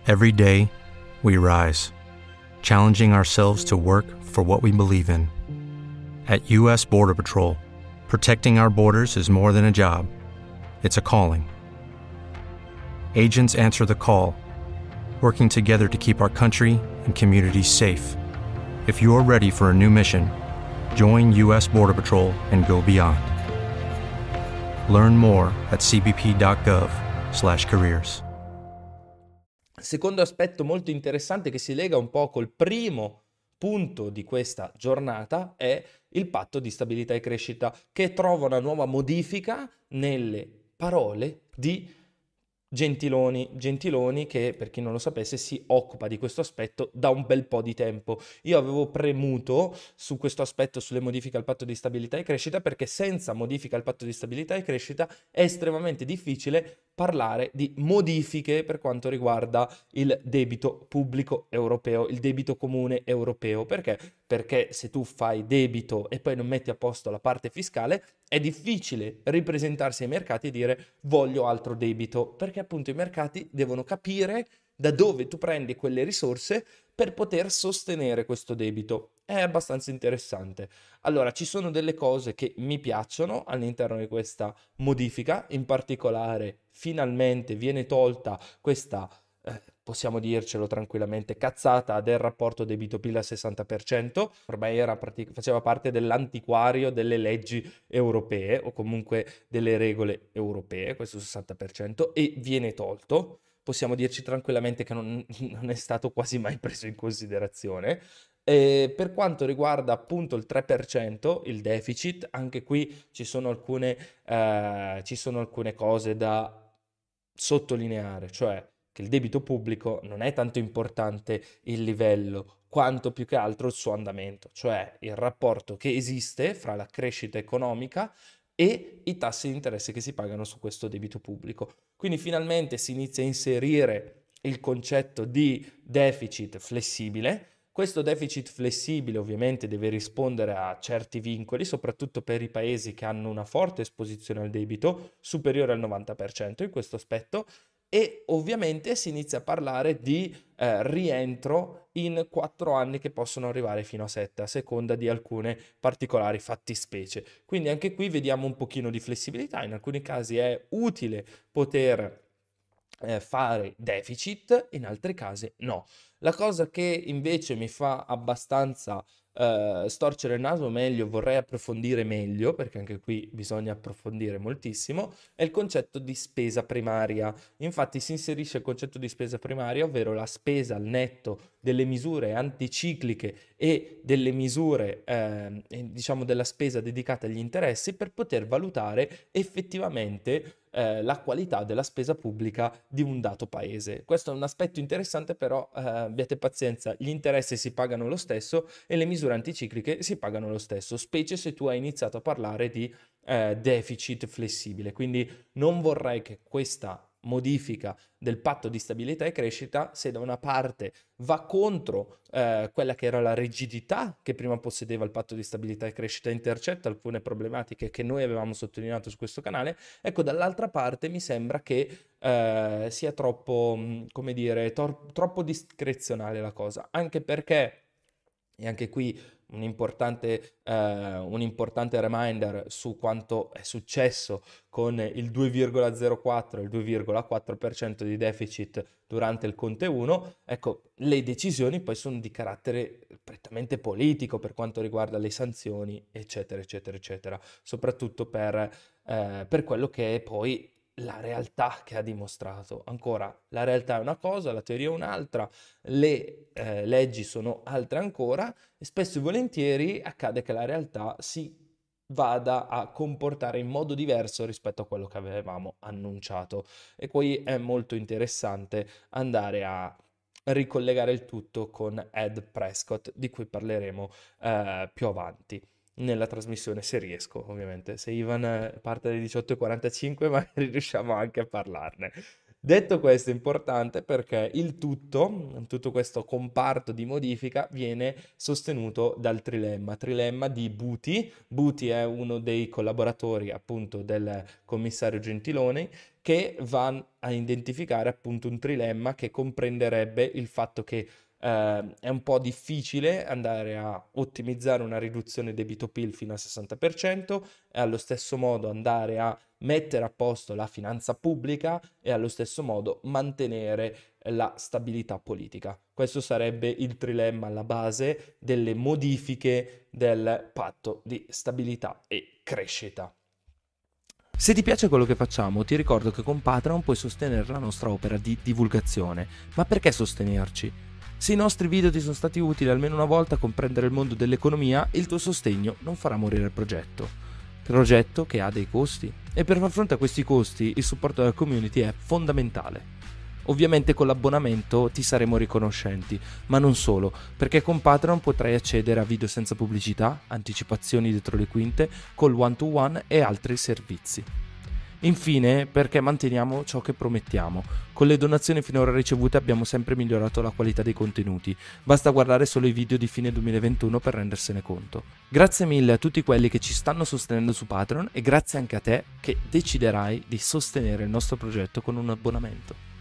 Every day, we rise, challenging ourselves to work for what we believe in. At U.S. Border Patrol, protecting our borders is more than a job, it's a calling. Agents answer the call, working together to keep our country and communities safe. If you're ready for a new mission, join U.S. Border Patrol and go beyond. Learn more at cbp.gov/careers. Secondo aspetto molto interessante che si lega un po' col primo punto di questa giornata è il patto di stabilità e crescita, che trova una nuova modifica nelle parole di Gentiloni, che per chi non lo sapesse si occupa di questo aspetto da un bel po' di tempo. Io avevo premuto su questo aspetto, sulle modifiche al patto di stabilità e crescita, perché senza modifica al patto di stabilità e crescita è estremamente difficile parlare di modifiche per quanto riguarda il debito pubblico europeo, il debito comune europeo. Perché? Perché se tu fai debito e poi non metti a posto la parte fiscale, è difficile ripresentarsi ai mercati e dire voglio altro debito, perché appunto i mercati devono capire da dove tu prendi quelle risorse per poter sostenere questo debito. È abbastanza interessante. Allora, ci sono delle cose che mi piacciono all'interno di questa modifica, in particolare finalmente viene tolta questa, possiamo dircelo tranquillamente, cazzata del rapporto debito-PIL al 60%, ormai faceva parte dell'antiquario delle leggi europee o comunque delle regole europee, questo 60%, e viene tolto. Possiamo dirci tranquillamente che non è stato quasi mai preso in considerazione. Per quanto riguarda appunto il 3%, il deficit, anche qui ci sono alcune cose da sottolineare, cioè che il debito pubblico non è tanto importante il livello, quanto più che altro il suo andamento, cioè il rapporto che esiste fra la crescita economica e i tassi di interesse che si pagano su questo debito pubblico. Quindi finalmente si inizia a inserire il concetto di deficit flessibile. Questo deficit flessibile ovviamente deve rispondere a certi vincoli, soprattutto per i paesi che hanno una forte esposizione al debito, superiore al 90% in questo aspetto, e ovviamente si inizia a parlare di rientro in 4 anni che possono arrivare fino a 7, a seconda di alcune particolari fattispecie. Quindi anche qui vediamo un pochino di flessibilità, in alcuni casi è utile poter fare deficit, in altri casi no. La cosa che invece mi fa abbastanza storcere il naso, meglio, vorrei approfondire meglio, perché anche qui bisogna approfondire moltissimo, è il concetto di spesa primaria. Infatti si inserisce il concetto di spesa primaria, ovvero la spesa al netto delle misure anticicliche e delle misure, diciamo, della spesa dedicata agli interessi, per poter valutare effettivamente la qualità della spesa pubblica di un dato paese. Questo è un aspetto interessante, però abbiate pazienza, gli interessi si pagano lo stesso e le misure anticicliche si pagano lo stesso, specie se tu hai iniziato a parlare di deficit flessibile. Quindi non vorrei che questa modifica del patto di stabilità e crescita, se da una parte va contro quella che era la rigidità che prima possedeva il patto di stabilità e crescita, intercetta alcune problematiche che noi avevamo sottolineato su questo canale, ecco, dall'altra parte mi sembra che sia troppo, come dire, troppo discrezionale la cosa, anche perché, e anche qui un importante reminder su quanto è successo con il 2,04 e il 2,4% di deficit durante il Conte 1, ecco, le decisioni poi sono di carattere prettamente politico per quanto riguarda le sanzioni, eccetera, eccetera, eccetera, soprattutto per quello che è poi la realtà che ha dimostrato. Ancora, la realtà è una cosa, la teoria è un'altra, le leggi sono altre ancora, e spesso e volentieri accade che la realtà si vada a comportare in modo diverso rispetto a quello che avevamo annunciato. E poi è molto interessante andare a ricollegare il tutto con Ed Prescott, di cui parleremo più avanti nella trasmissione, se riesco, ovviamente. Se Ivan parte alle 18:45 magari riusciamo anche a parlarne. Detto questo è importante perché tutto questo comparto di modifica viene sostenuto dal trilemma di Buti. Buti è uno dei collaboratori appunto del commissario Gentiloni che va a identificare appunto un trilemma che comprenderebbe il fatto che è un po' difficile andare a ottimizzare una riduzione debito-PIL fino al 60% e allo stesso modo andare a mettere a posto la finanza pubblica e allo stesso modo mantenere la stabilità politica. Questo sarebbe il trilemma alla base delle modifiche del patto di stabilità e crescita. Se ti piace quello che facciamo, ti ricordo che con Patreon puoi sostenere la nostra opera di divulgazione. Ma perché sostenerci? Se i nostri video ti sono stati utili almeno una volta a comprendere il mondo dell'economia, il tuo sostegno non farà morire il progetto. Progetto che ha dei costi. E per far fronte a questi costi, il supporto della community è fondamentale. Ovviamente con l'abbonamento ti saremo riconoscenti, ma non solo, perché con Patreon potrai accedere a video senza pubblicità, anticipazioni dietro le quinte, call one-to-one e altri servizi. Infine, perché manteniamo ciò che promettiamo. Con le donazioni finora ricevute abbiamo sempre migliorato la qualità dei contenuti. Basta guardare solo i video di fine 2021 per rendersene conto. Grazie mille a tutti quelli che ci stanno sostenendo su Patreon e grazie anche a te che deciderai di sostenere il nostro progetto con un abbonamento.